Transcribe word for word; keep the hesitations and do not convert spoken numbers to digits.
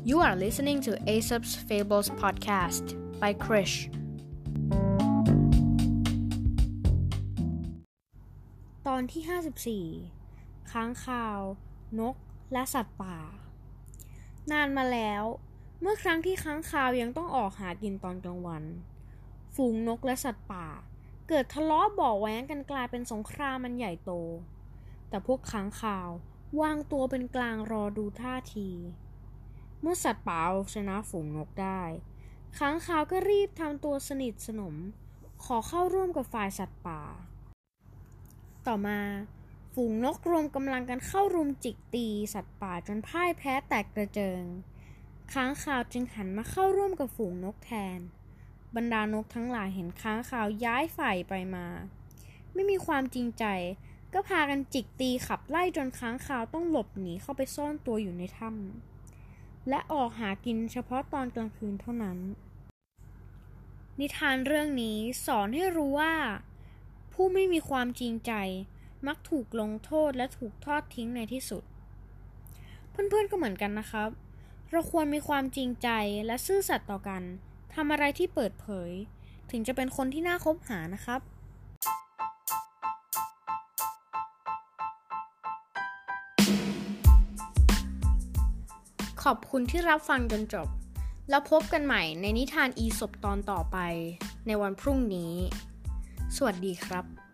You are listening to Aesop's Fables podcast by Krish ตอนที่ห้าสิบสี่ค้างคาวนกและสัตว์ป่านานมาแล้วเมื่อครั้งที่ค้างคาวยังต้องออกหากินตอนกลางวันฝูงนกและสัตว์ป่าเกิดทะเลาะเบาะแว้งกันกลายเป็นสงครามมันใหญ่โตแต่พวกค้างคาววางตัวเป็นกลางรอดูท่าทีเมื่อสัตว์ป่าเอาชนะฝูงนกได้ค้างคาวก็รีบทำตัวสนิทสนมขอเข้าร่วมกับฝ่ายสัตว์ป่าต่อมาฝูงนกรวมกำลังกันเข้ารุมจิกตีสัตว์ป่าจนพ่ายแพ้แตกกระเจิงค้างคาวจึงหันมาเข้าร่วมกับฝูงนกแทนบรรดานกทั้งหลายเห็นค้างคาวย้ายฝ่ายไปมาไม่มีความจริงใจก็พากันจิกตีขับไล่จนค้างคาวต้องหลบหนีเข้าไปซ่อนตัวอยู่ในถ้ำและออกหากินเฉพาะตอนกลางคืนเท่านั้นนิทานเรื่องนี้สอนให้รู้ว่าผู้ไม่มีความจริงใจมักถูกลงโทษและถูกทอดทิ้งในที่สุดเพื่อนๆก็เหมือนกันนะครับเราควรมีความจริงใจและซื่อสัตย์ต่อกันทำอะไรที่เปิดเผยถึงจะเป็นคนที่น่าคบหานะครับขอบคุณที่รับฟังจนจบแล้วพบกันใหม่ในนิทานอีสปตอนต่อไปในวันพรุ่งนี้สวัสดีครับ